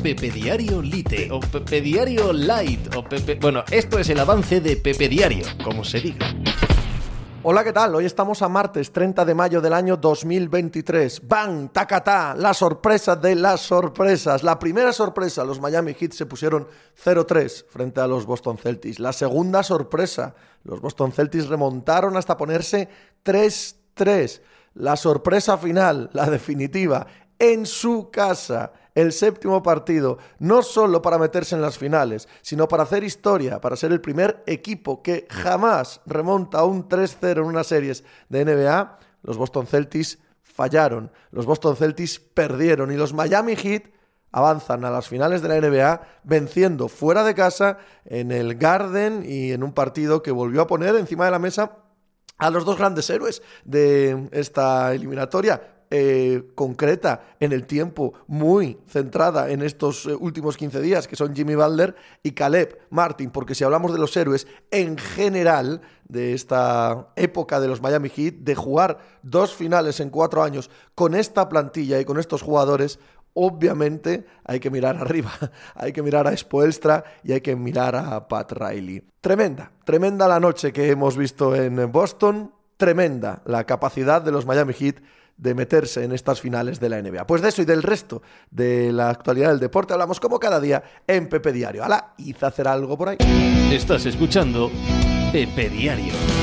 Pepe Diario Lite o Pepe Diario Light o Pepe... Bueno, esto es el avance de Pepe Diario, como se diga. Hola, ¿qué tal? Hoy estamos a martes 30 de mayo del año 2023. ¡Bang! ¡Tacatá! La sorpresa de las sorpresas. La primera sorpresa, los Miami Heat se pusieron 0-3 frente a los Boston Celtics. La segunda sorpresa, los Boston Celtics remontaron hasta ponerse 3-3. La sorpresa final, la definitiva, en su casa, el séptimo partido, no solo para meterse en las finales, sino para hacer historia, para ser el primer equipo que jamás remonta a un 3-0 en unas series de NBA. Los Boston Celtics fallaron, los Boston Celtics perdieron y los Miami Heat avanzan a las finales de la NBA venciendo fuera de casa en el Garden y en un partido que volvió a poner encima de la mesa a los dos grandes héroes de esta eliminatoria. Concreta en el tiempo, muy centrada en estos últimos 15 días, que son Jimmy Butler y Caleb Martin, porque si hablamos de los héroes en general de esta época de los Miami Heat, de jugar 2 finales en 4 años con esta plantilla y con estos jugadores, obviamente hay que mirar arriba, hay que mirar a Spoelstra y hay que mirar a Pat Riley. Tremenda la noche que hemos visto en Boston, tremenda la capacidad de los Miami Heat de meterse en estas finales de la NBA. Pues de eso y del resto de la actualidad del deporte hablamos como cada día en Pepe Diario. ¡Hala! ¿Hice hacer algo por ahí? Estás escuchando Pepe Diario.